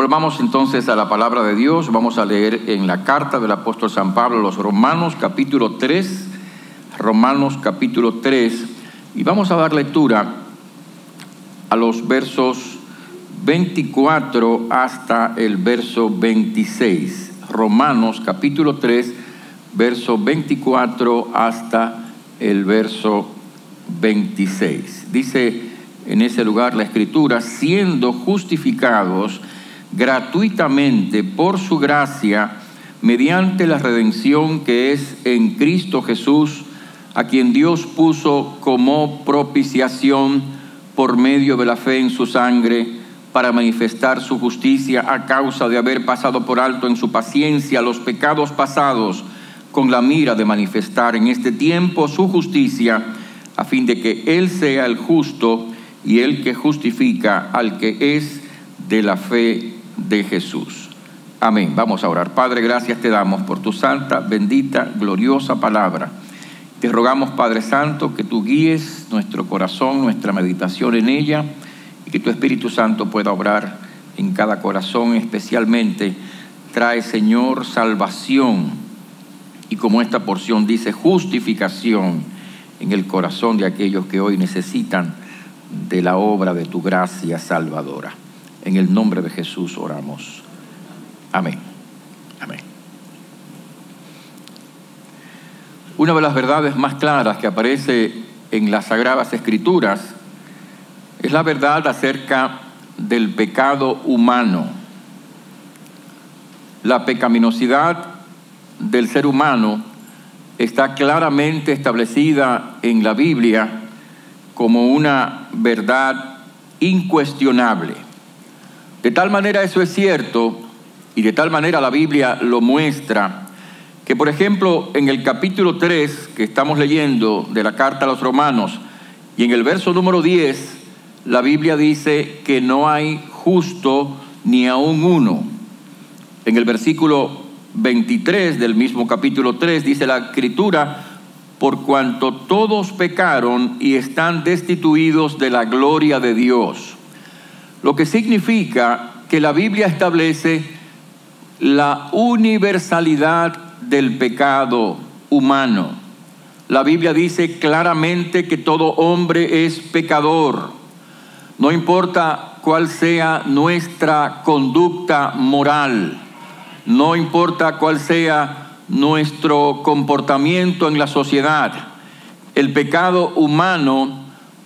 Vamos entonces a la palabra de Dios. Vamos a leer en la carta del apóstol San Pablo a los Romanos, capítulo 3. Romanos, capítulo 3. Y vamos a dar lectura a los versos 24 hasta el verso 26. Romanos, capítulo 3, verso 24 hasta el verso 26. Dice en ese lugar la Escritura: siendo justificados gratuitamente por su gracia, mediante la redención que es en Cristo Jesús, a quien Dios puso como propiciación por medio de la fe en su sangre, para manifestar su justicia a causa de haber pasado por alto en su paciencia los pecados pasados, con la mira de manifestar en este tiempo su justicia, a fin de que Él sea el justo y el que justifica al que es de la fe de Jesús. Amén. Vamos a orar. Padre, gracias te damos por tu santa, bendita, gloriosa palabra. Te rogamos, Padre Santo, que tú guíes nuestro corazón, nuestra meditación en ella, y que tu Espíritu Santo pueda obrar en cada corazón. Especialmente trae, Señor, salvación, y como esta porción dice, justificación en el corazón de aquellos que hoy necesitan de la obra de tu gracia salvadora. En el nombre de Jesús oramos. Amén. Amén. Una de las verdades más claras que aparece en las Sagradas Escrituras es la verdad acerca del pecado humano. La pecaminosidad del ser humano está claramente establecida en la Biblia como una verdad incuestionable. De tal manera eso es cierto, y de tal manera la Biblia lo muestra, que por ejemplo en el capítulo 3 que estamos leyendo de la carta a los Romanos, y en el verso número 10, la Biblia dice que no hay justo ni aun uno. En el versículo 23 del mismo capítulo 3 dice la Escritura: por cuanto todos pecaron y están destituidos de la gloria de Dios. Lo que significa que la Biblia establece la universalidad del pecado humano. La Biblia dice claramente que todo hombre es pecador. No importa cuál sea nuestra conducta moral, no importa cuál sea nuestro comportamiento en la sociedad, el pecado humano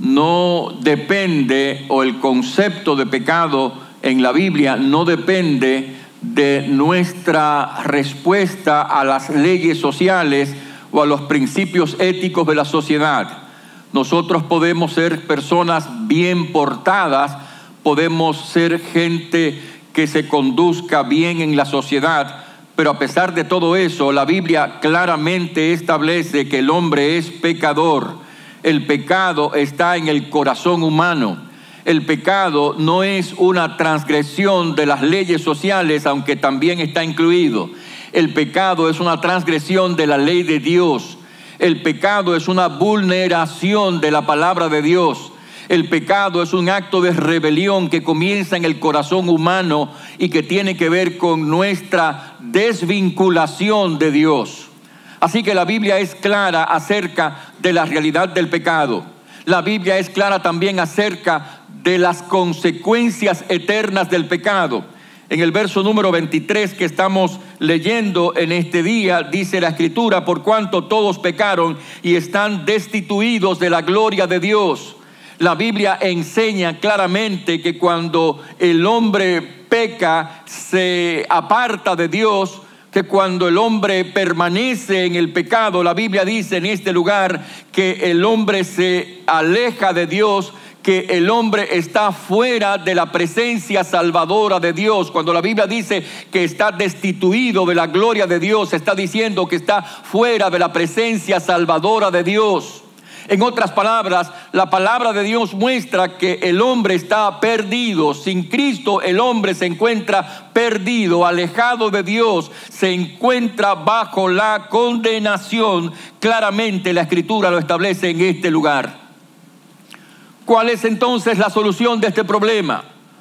no depende, o el concepto de pecado en la Biblia no depende de nuestra respuesta a las leyes sociales o a los principios éticos de la sociedad. Nosotros podemos ser personas bien portadas, podemos ser gente que se conduzca bien en la sociedad, pero a pesar de todo eso, la Biblia claramente establece que el hombre es pecador. El pecado está en el corazón humano. El pecado no es una transgresión de las leyes sociales, aunque también está incluido. El pecado es una transgresión de la ley de Dios. El pecado es una vulneración de la palabra de Dios. El pecado es un acto de rebelión que comienza en el corazón humano y que tiene que ver con nuestra desvinculación de Dios. Así que la Biblia es clara acerca de la realidad del pecado. La Biblia es clara también acerca de las consecuencias eternas del pecado. En el verso número 23 que estamos leyendo en este día, dice la Escritura: por cuanto todos pecaron y están destituidos de la gloria de Dios. La Biblia enseña claramente que cuando el hombre peca, se aparta de Dios, que cuando el hombre permanece en el pecado, la Biblia dice en este lugar que el hombre se aleja de Dios, que el hombre está fuera de la presencia salvadora de Dios. Cuando la Biblia dice que está destituido de la gloria de Dios, está diciendo que está fuera de la presencia salvadora de Dios. En otras palabras, la palabra de Dios muestra que el hombre está perdido. Sin Cristo el hombre se encuentra perdido, alejado de Dios, se encuentra bajo la condenación. Claramente la Escritura lo establece en este lugar. ¿Cuál es entonces la solución de este problema?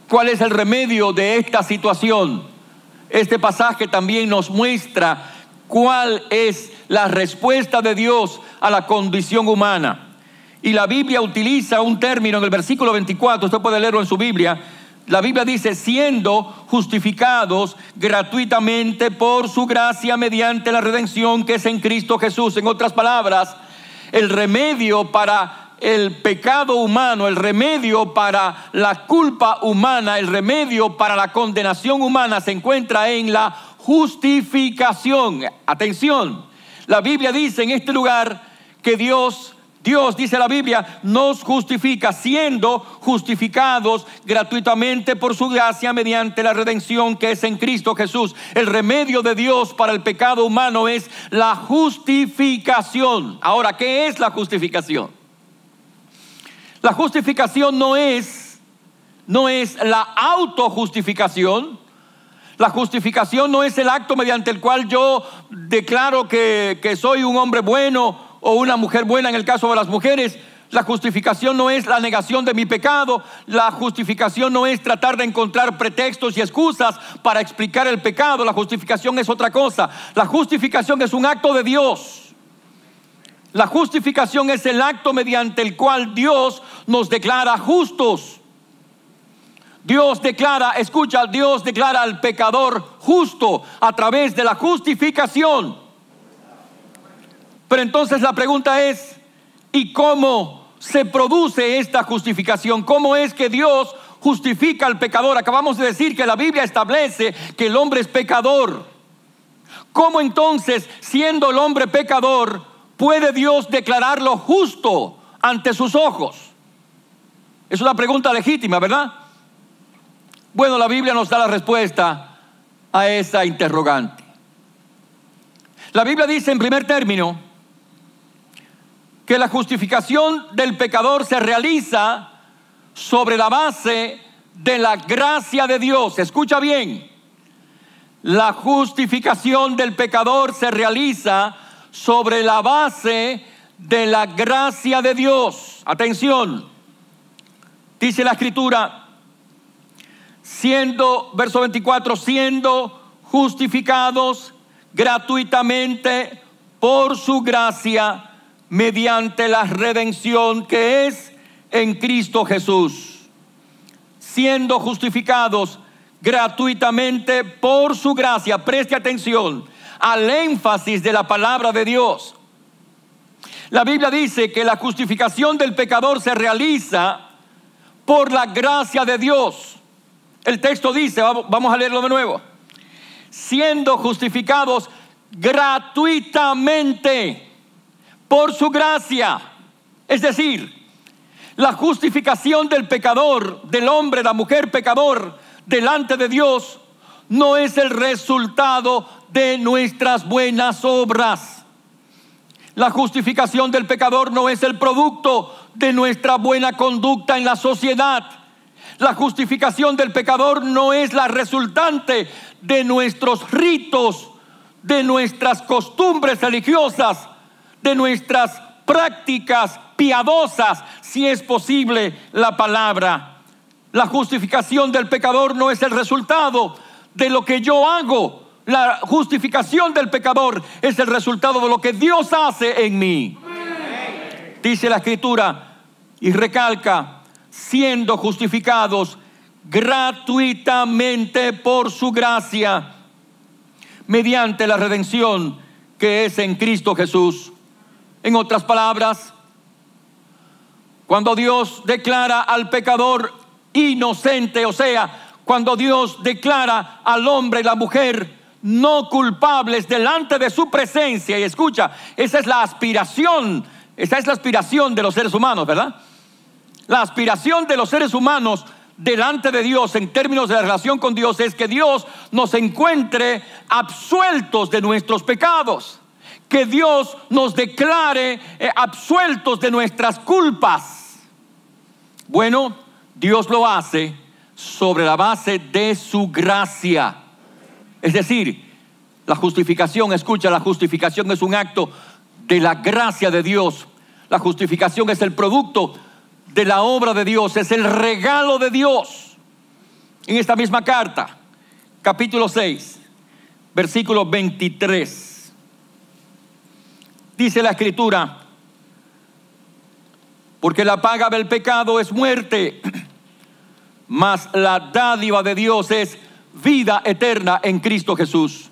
¿Cuál es el remedio de esta situación? Este pasaje también nos muestra cuál es la respuesta de Dios a la condición humana. Y la Biblia utiliza un término en el versículo 24, usted puede leerlo en su Biblia. La Biblia dice, siendo justificados gratuitamente por su gracia mediante la redención que es en Cristo Jesús. En otras palabras, el remedio para el pecado humano, el remedio para la culpa humana, el remedio para la condenación humana se encuentra en la justificación. Atención, la Biblia dice en este lugar que Dios, dice la Biblia, nos justifica siendo justificados gratuitamente por su gracia mediante la redención que es en Cristo Jesús. El remedio de Dios para el pecado humano es la justificación. Ahora, ¿qué es la justificación? La justificación no es la autojustificación. La justificación no es el acto mediante el cual yo declaro que soy un hombre bueno o una mujer buena en el caso de las mujeres. La justificación no es la negación de mi pecado. La justificación no es tratar de encontrar pretextos y excusas para explicar el pecado. La justificación es otra cosa. La justificación es un acto de Dios. La justificación es el acto mediante el cual Dios nos declara justos. Dios declara al pecador justo a través de la justificación. Pero entonces la pregunta es, ¿y cómo se produce esta justificación? ¿Cómo es que Dios justifica al pecador? Acabamos de decir que la Biblia establece que el hombre es pecador. ¿Cómo entonces, siendo el hombre pecador, puede Dios declararlo justo ante sus ojos? Es una pregunta legítima, ¿verdad? Bueno, la Biblia nos da la respuesta a esa interrogante. La Biblia dice en primer término que la justificación del pecador se realiza sobre la base de la gracia de Dios. Escucha bien, la justificación del pecador se realiza sobre la base de la gracia de Dios. Atención, dice la Escritura, verso 24, siendo justificados gratuitamente por su gracia mediante la redención que es en Cristo Jesús. Siendo justificados gratuitamente por su gracia. Preste atención al énfasis de la palabra de Dios. La Biblia dice que la justificación del pecador se realiza por la gracia de Dios. El texto dice, vamos a leerlo de nuevo, siendo justificados gratuitamente por su gracia. Es decir, la justificación del pecador, del hombre, la mujer pecador delante de Dios, no es el resultado de nuestras buenas obras. La justificación del pecador no es el producto de nuestra buena conducta en la sociedad. La justificación del pecador no es la resultante de nuestros ritos, de nuestras costumbres religiosas, de nuestras prácticas piadosas, si es posible la palabra. La justificación del pecador no es el resultado de lo que yo hago. La justificación del pecador es el resultado de lo que Dios hace en mí. Dice la Escritura y recalca, siendo justificados gratuitamente por su gracia mediante la redención que es en Cristo Jesús. En otras palabras, cuando Dios declara al pecador inocente, o sea, cuando Dios declara al hombre y la mujer no culpables delante de su presencia, y escucha, esa es la aspiración de los seres humanos, ¿verdad? La aspiración de los seres humanos delante de Dios en términos de la relación con Dios es que Dios nos encuentre absueltos de nuestros pecados, que Dios nos declare absueltos de nuestras culpas. Bueno, Dios lo hace sobre la base de su gracia. Es decir, la justificación, escucha, la justificación es un acto de la gracia de Dios. La justificación es el producto de la obra de Dios, es el regalo de Dios. En esta misma carta, capítulo 6, versículo 23, dice la Escritura: porque la paga del pecado es muerte, mas la dádiva de Dios es vida eterna en Cristo Jesús.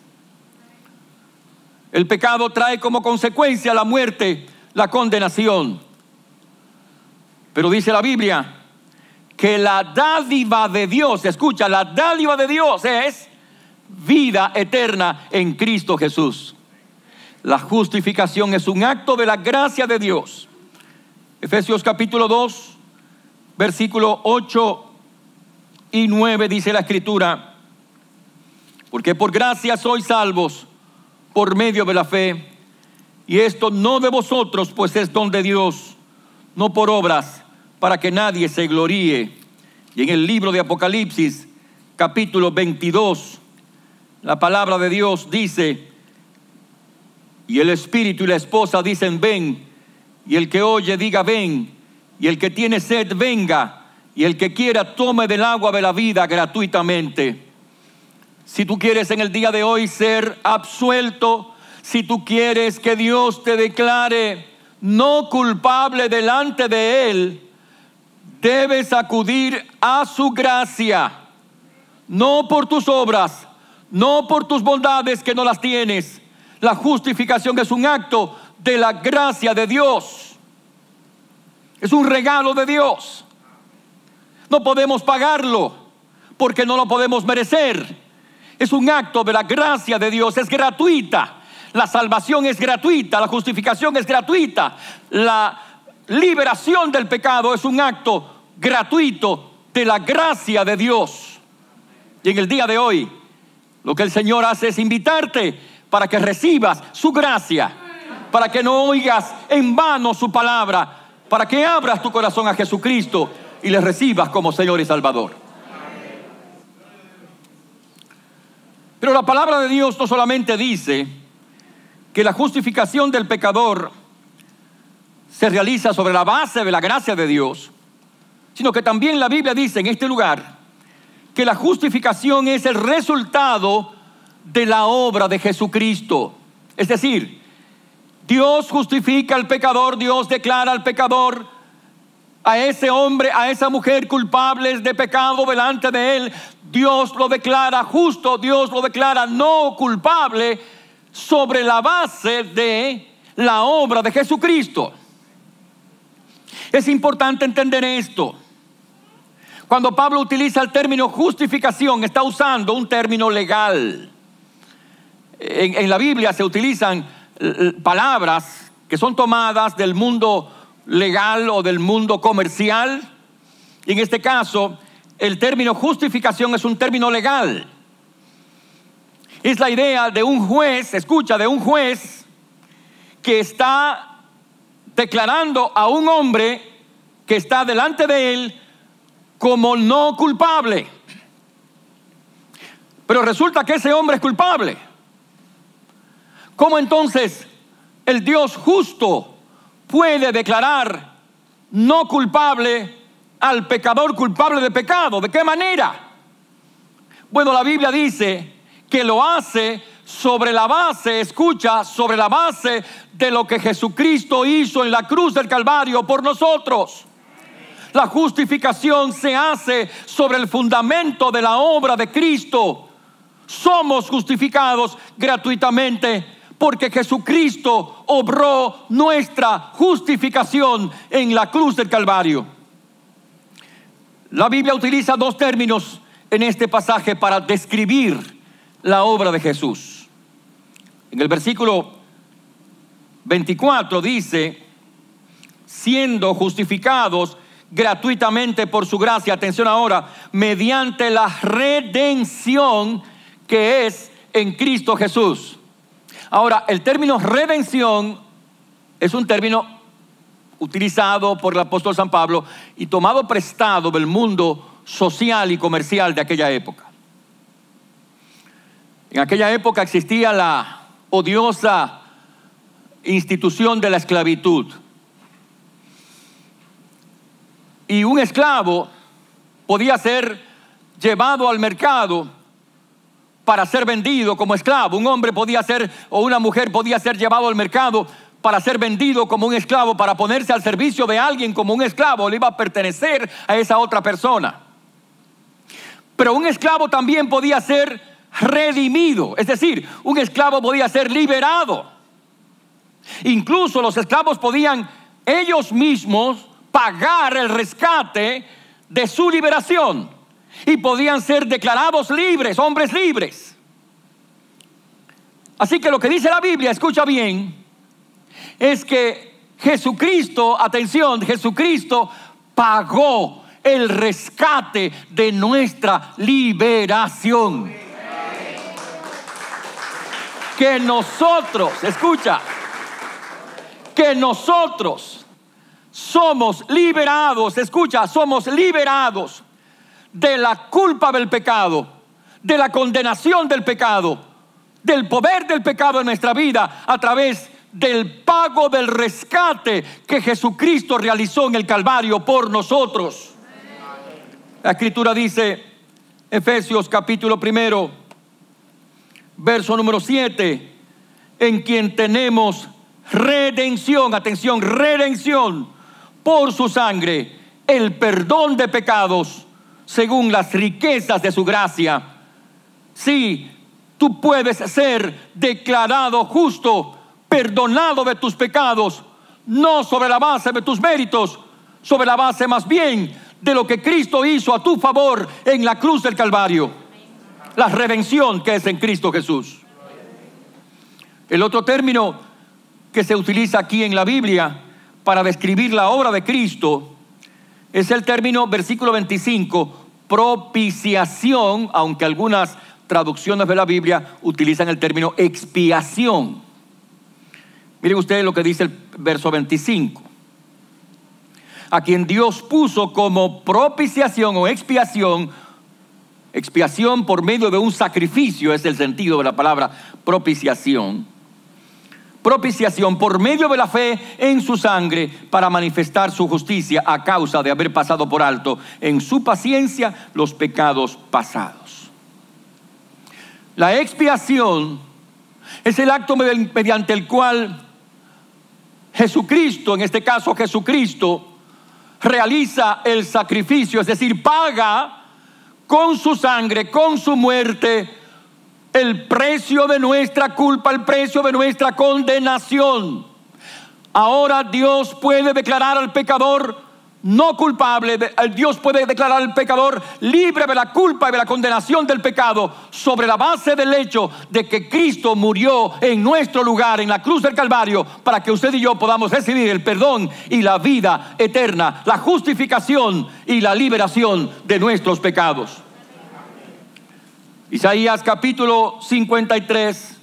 El pecado trae como consecuencia la muerte, la condenación. Pero dice la Biblia que la dádiva de Dios, escucha, la dádiva de Dios es vida eterna en Cristo Jesús. La justificación es un acto de la gracia de Dios. Efesios capítulo 2, versículo 8 y 9 dice la Escritura: porque por gracia sois salvos por medio de la fe, y esto no de vosotros, pues es don de Dios, no por obras, para que nadie se gloríe. Y en el libro de Apocalipsis, capítulo 22, la palabra de Dios dice: y el Espíritu y la esposa dicen: ven. Y el que oye diga: ven. Y el que tiene sed venga. Y el que quiera tome del agua de la vida gratuitamente. Si tú quieres en el día de hoy ser absuelto, si tú quieres que Dios te declare no culpable delante de Él, debes acudir a su gracia, no por tus obras, no por tus bondades que no las tienes. La justificación es un acto de la gracia de Dios. Es un regalo de Dios. No podemos pagarlo porque no lo podemos merecer. Es un acto de la gracia de Dios, es gratuita. La salvación es gratuita, la justificación es gratuita. La liberación del pecado es un acto gratuito de la gracia de Dios. Y en el día de hoy, lo que el Señor hace es invitarte para que recibas su gracia, para que no oigas en vano su palabra, para que abras tu corazón a Jesucristo y le recibas como Señor y Salvador. Pero la palabra de Dios no solamente dice que la justificación del pecador se realiza sobre la base de la gracia de Dios, sino que también la Biblia dice en este lugar que la justificación es el resultado de la obra de Jesucristo. Es decir, Dios justifica al pecador, Dios declara al pecador, a ese hombre, a esa mujer culpables de pecado delante de Él. Dios lo declara justo, Dios lo declara no culpable sobre la base de la obra de Jesucristo. Es importante entender esto. Cuando Pablo utiliza el término justificación, está usando un término legal. En la Biblia se utilizan palabras que son tomadas del mundo legal o del mundo comercial. Y en este caso, el término justificación es un término legal. Es la idea de un juez, escucha, de un juez que está declarando a un hombre que está delante de él como no culpable. Pero resulta que ese hombre es culpable. ¿Cómo entonces el Dios justo puede declarar no culpable al pecador culpable de pecado? ¿De qué manera? Bueno, la Biblia dice que lo hace sobre la base, escucha, sobre la base de lo que Jesucristo hizo en la cruz del Calvario por nosotros. La justificación se hace sobre el fundamento de la obra de Cristo. Somos justificados gratuitamente porque Jesucristo obró nuestra justificación en la cruz del Calvario. La Biblia utiliza dos términos en este pasaje para describir la obra de Jesús. En el versículo 24 dice: siendo justificados gratuitamente por su gracia, atención ahora, mediante la redención que es en Cristo Jesús. Ahora, el término redención es un término utilizado por el apóstol San Pablo y tomado prestado del mundo social y comercial de aquella época. En aquella época existía la odiosa institución de la esclavitud. Y un esclavo podía ser llevado al mercado para ser vendido como esclavo. Un hombre podía ser, o una mujer podía ser llevado al mercado para ser vendido como un esclavo, para ponerse al servicio de alguien como un esclavo. Le iba a pertenecer a esa otra persona. Pero un esclavo también podía ser redimido, es decir, un esclavo podía ser liberado. Incluso los esclavos podían ellos mismos pagar el rescate de su liberación y podían ser declarados libres, hombres libres. Así que lo que dice la Biblia, escucha bien, es que Jesucristo, atención, Jesucristo pagó el rescate de nuestra liberación. Que nosotros, escucha, que nosotros somos liberados, escucha, somos liberados de la culpa del pecado, de la condenación del pecado, del poder del pecado en nuestra vida a través del pago del rescate que Jesucristo realizó en el Calvario por nosotros. La Escritura dice, Efesios capítulo 1, verso número 7, en quien tenemos redención, atención, redención por su sangre, el perdón de pecados según las riquezas de su gracia. Sí, tú puedes ser declarado justo, perdonado de tus pecados, no sobre la base de tus méritos, sobre la base más bien de lo que Cristo hizo a tu favor en la cruz del Calvario. La redención que es en Cristo Jesús. El otro término que se utiliza aquí en la Biblia para describir la obra de Cristo es el término, versículo 25, propiciación, aunque algunas traducciones de la Biblia utilizan el término expiación. Miren ustedes lo que dice el verso 25. A quien Dios puso como propiciación o expiación. Expiación por medio de un sacrificio es el sentido de la palabra propiciación. Propiciación por medio de la fe en su sangre para manifestar su justicia a causa de haber pasado por alto en su paciencia los pecados pasados. La expiación es el acto mediante el cual Jesucristo, en este caso Jesucristo, realiza el sacrificio, es decir, paga con su sangre, con su muerte, el precio de nuestra culpa, el precio de nuestra condenación. Ahora Dios puede declarar al pecador no culpable, Dios puede declarar al pecador libre de la culpa y de la condenación del pecado sobre la base del hecho de que Cristo murió en nuestro lugar en la cruz del Calvario para que usted y yo podamos recibir el perdón y la vida eterna, la justificación y la liberación de nuestros pecados. Isaías capítulo 53,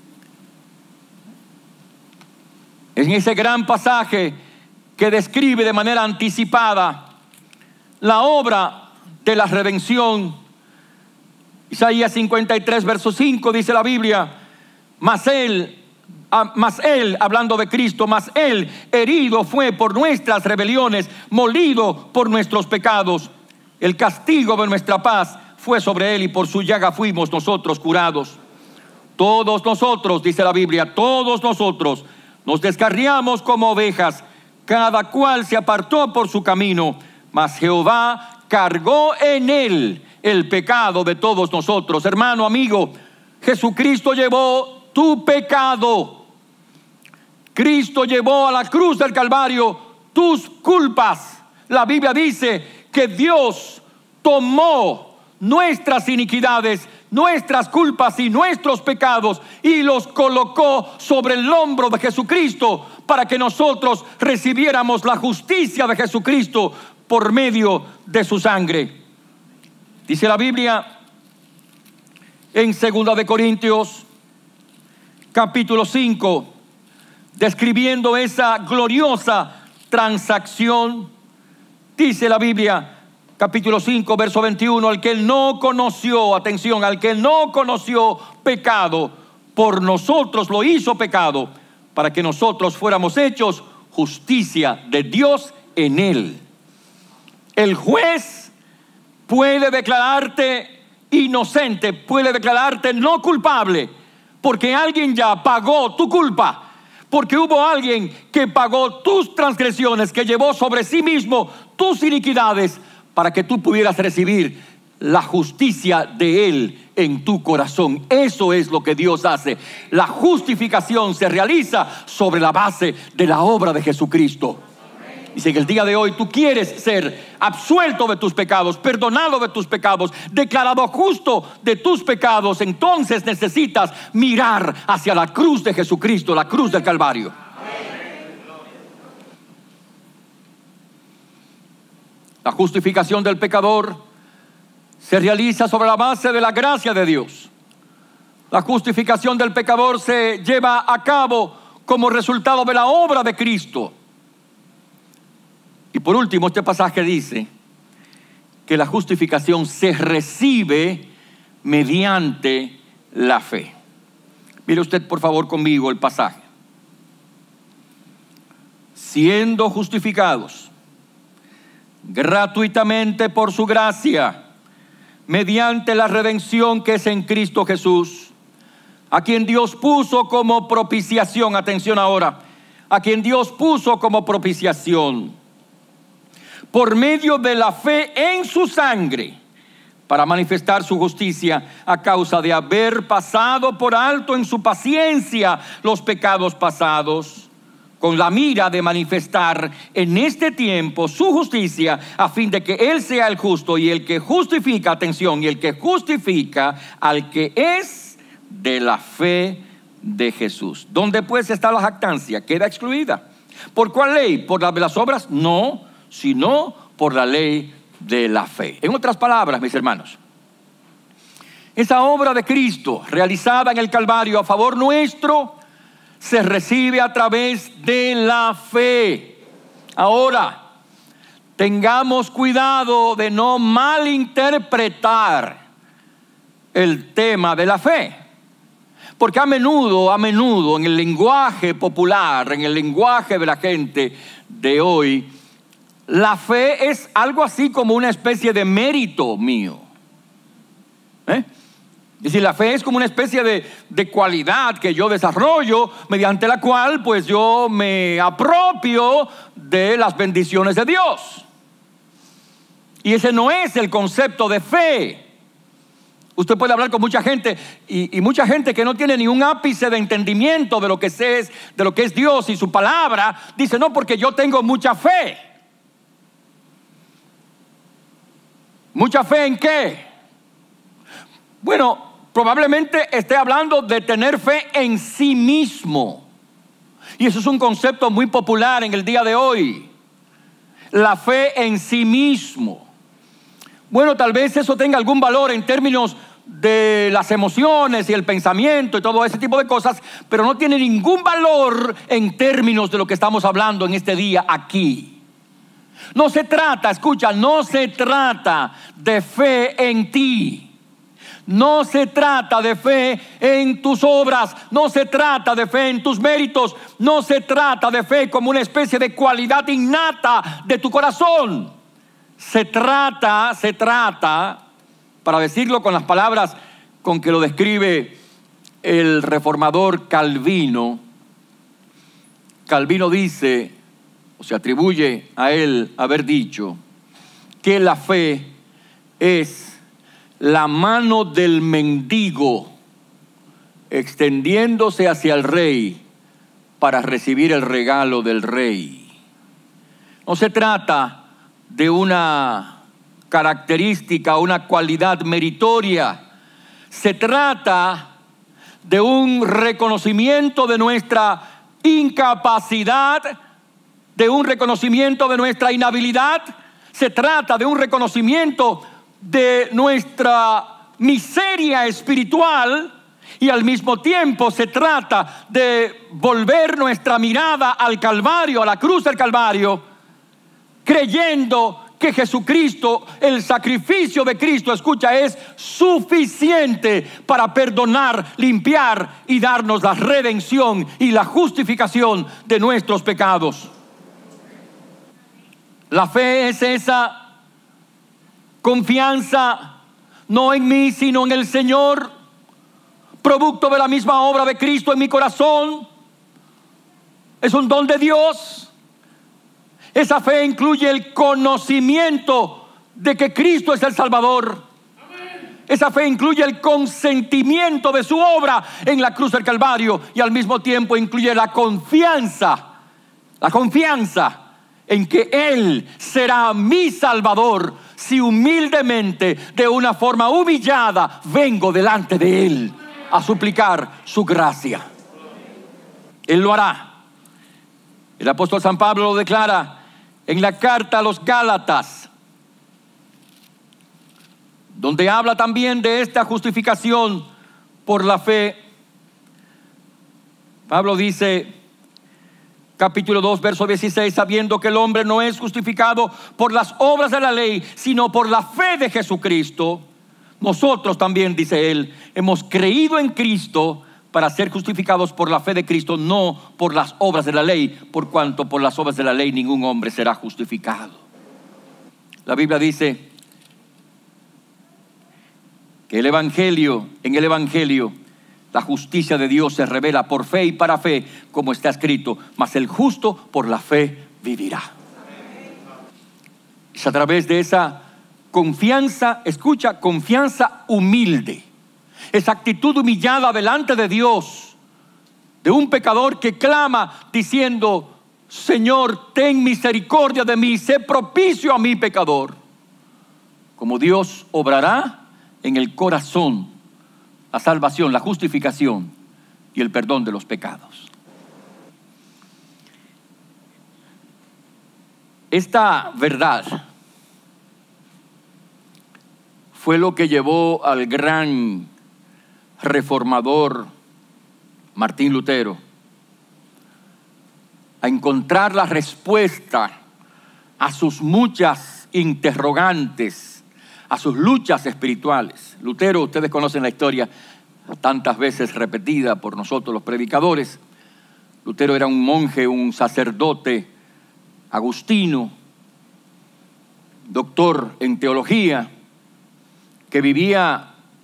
en ese gran pasaje que describe de manera anticipada la obra de la redención. Isaías 53, verso 5, dice la Biblia, mas él, hablando de Cristo, mas él herido fue por nuestras rebeliones, molido por nuestros pecados. El castigo de nuestra paz fue sobre él y por su llaga fuimos nosotros curados. Todos nosotros, dice la Biblia, todos nosotros nos descarriamos como ovejas, cada cual se apartó por su camino, mas Jehová cargó en él el pecado de todos nosotros. Hermano, amigo, Jesucristo llevó tu pecado. Cristo llevó a la cruz del Calvario tus culpas. La Biblia dice que Dios tomó nuestras iniquidades, nuestras culpas y nuestros pecados y los colocó sobre el hombro de Jesucristo para que nosotros recibiéramos la justicia de Jesucristo por medio de su sangre. Dice la Biblia en 2 de Corintios capítulo 5, describiendo esa gloriosa transacción, dice la Biblia, capítulo 5, verso 21, al que él no conoció, atención, al que él no conoció pecado, por nosotros lo hizo pecado, para que nosotros fuéramos hechos justicia de Dios en él. El juez puede declararte inocente, puede declararte no culpable, porque alguien ya pagó tu culpa. Porque hubo alguien que pagó tus transgresiones, que llevó sobre sí mismo tus iniquidades, para que tú pudieras recibir la justicia de Él en tu corazón. Eso es lo que Dios hace. La justificación se realiza sobre la base de la obra de Jesucristo. Y si en el día de hoy tú quieres ser absuelto de tus pecados, perdonado de tus pecados, declarado justo de tus pecados, entonces necesitas mirar hacia la cruz de Jesucristo, la cruz del Calvario. La justificación del pecador se realiza sobre la base de la gracia de Dios. La justificación del pecador se lleva a cabo como resultado de la obra de Cristo. Y por último, este pasaje dice que la justificación se recibe mediante la fe. Mire usted por favor conmigo el pasaje. Siendo justificados gratuitamente por su gracia, mediante la redención que es en Cristo Jesús, a quien Dios puso como propiciación, atención ahora, a quien Dios puso como propiciación, por medio de la fe en su sangre, para manifestar su justicia a causa de haber pasado por alto en su paciencia los pecados pasados, con la mira de manifestar en este tiempo su justicia, a fin de que Él sea el justo y el que justifica, atención, y el que justifica al que es de la fe de Jesús. ¿Dónde pues está la jactancia? Queda excluida. ¿Por cuál ley? ¿Por la de las obras? No, sino por la ley de la fe. En otras palabras, mis hermanos, esa obra de Cristo realizada en el Calvario a favor nuestro se recibe a través de la fe. Ahora, tengamos cuidado de no malinterpretar el tema de la fe, porque a menudo en el lenguaje popular, en el lenguaje de la gente de hoy, la fe es algo así como una especie de mérito mío. Es decir, la fe es como una especie de cualidad que yo desarrollo, mediante la cual pues yo me apropio de las bendiciones de Dios. Y ese no es el concepto de fe. Usted puede hablar con mucha gente y mucha gente que no tiene ni un ápice de entendimiento de lo que es Dios y su palabra, dice: no, porque yo tengo mucha fe. ¿Mucha fe en qué? Bueno, probablemente esté hablando de tener fe en sí mismo. Y eso es un concepto muy popular en el día de hoy. La fe en sí mismo. Bueno, tal vez eso tenga algún valor en términos de las emociones y el pensamiento y todo ese tipo de cosas, pero no tiene ningún valor en términos de lo que estamos hablando en este día aquí. No se trata, escucha, no se trata de fe en ti. No se trata de fe en tus obras, no se trata de fe en tus méritos, no se trata de fe como una especie de cualidad innata de tu corazón. Se trata, para decirlo con las palabras con que lo describe el reformador Calvino. Calvino dice, o se atribuye a él haber dicho, que la fe es la mano del mendigo extendiéndose hacia el rey para recibir el regalo del rey. No se trata de una característica, una cualidad meritoria. Se trata de un reconocimiento de nuestra incapacidad, de un reconocimiento de nuestra inhabilidad. Se trata de un reconocimiento de nuestra miseria espiritual, y al mismo tiempo se trata de volver nuestra mirada al Calvario, a la cruz del Calvario, creyendo que Jesucristo, el sacrificio de Cristo, escucha, es suficiente para perdonar, limpiar y darnos la redención y la justificación de nuestros pecados. La fe es esa confianza no en mí, sino en el Señor, producto de la misma obra de Cristo en mi corazón. Es un don de Dios. Esa fe incluye el conocimiento de que Cristo es el Salvador. Esa fe incluye el consentimiento de su obra en la cruz del Calvario, y al mismo tiempo incluye la confianza en que Él será mi Salvador si humildemente, de una forma humillada, vengo delante de Él a suplicar su gracia. Él lo hará. El apóstol San Pablo lo declara en la carta a los Gálatas, donde habla también de esta justificación por la fe. Pablo dice, capítulo 2, verso 16, sabiendo que el hombre no es justificado por las obras de la ley, sino por la fe de Jesucristo. Nosotros también, dice él, hemos creído en Cristo para ser justificados por la fe de Cristo, no por las obras de la ley, por cuanto por las obras de la ley ningún hombre será justificado. La Biblia dice que en el Evangelio, la justicia de Dios se revela por fe y para fe, como está escrito, mas el justo por la fe vivirá. Es a través de esa confianza, escucha, confianza humilde, esa actitud humillada delante de Dios, de un pecador que clama diciendo, Señor, ten misericordia de mí, sé propicio a mi pecador. Como Dios obrará en el corazón la salvación, la justificación y el perdón de los pecados. Esta verdad fue lo que llevó al gran reformador Martín Lutero a encontrar la respuesta a sus muchas interrogantes, a sus luchas espirituales. Lutero, ustedes conocen la historia tantas veces repetida por nosotros los predicadores. Lutero era un monje, un sacerdote agustino, doctor en teología, que vivía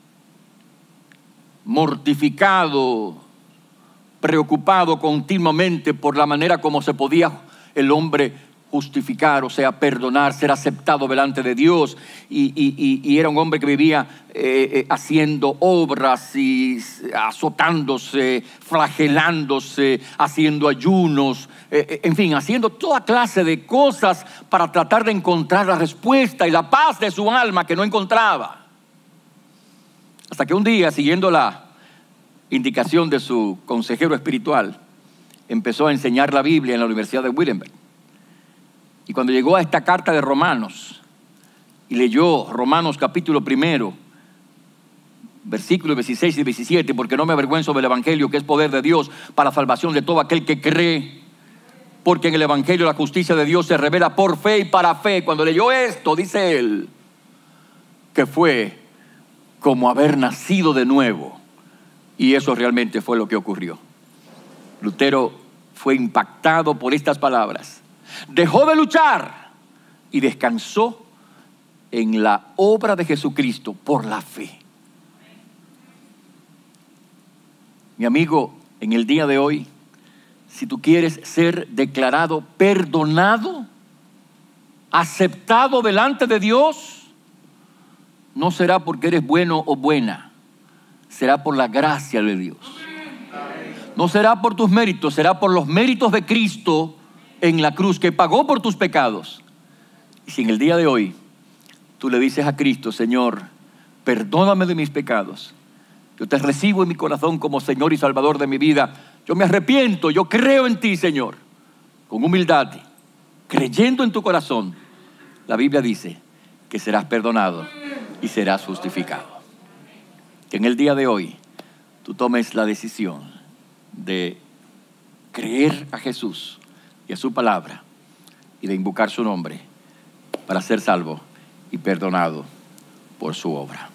mortificado, preocupado continuamente por la manera como se podía el hombre justificar, o sea, perdonar, ser aceptado delante de Dios. Y era un hombre que vivía haciendo obras y azotándose, flagelándose, haciendo ayunos, en fin, haciendo toda clase de cosas para tratar de encontrar la respuesta y la paz de su alma que no encontraba. Hasta que un día, siguiendo la indicación de su consejero espiritual, empezó a enseñar la Biblia en la Universidad de Wittenberg. Y cuando llegó a esta carta de Romanos y leyó Romanos capítulo 1, versículos 16 y 17, porque no me avergüenzo del Evangelio, que es poder de Dios para salvación de todo aquel que cree, porque en el Evangelio la justicia de Dios se revela por fe y para fe. Cuando leyó esto, dice él, que fue como haber nacido de nuevo. Y eso realmente fue lo que ocurrió. Lutero fue impactado por estas palabras. Dejó de luchar y descansó en la obra de Jesucristo por la fe. Mi amigo, en el día de hoy, si tú quieres ser declarado perdonado, aceptado delante de Dios, no será porque eres bueno o buena, será por la gracia de Dios. No será por tus méritos, será por los méritos de Cristo en la cruz, que pagó por tus pecados. Y si en el día de hoy tú le dices a Cristo, Señor, perdóname de mis pecados, yo te recibo en mi corazón como Señor y Salvador de mi vida, yo me arrepiento, yo creo en ti, Señor, con humildad, creyendo en tu corazón, la Biblia dice que serás perdonado y serás justificado. Que en el día de hoy tú tomes la decisión de creer a Jesús y a su palabra y de invocar su nombre para ser salvo y perdonado por su obra.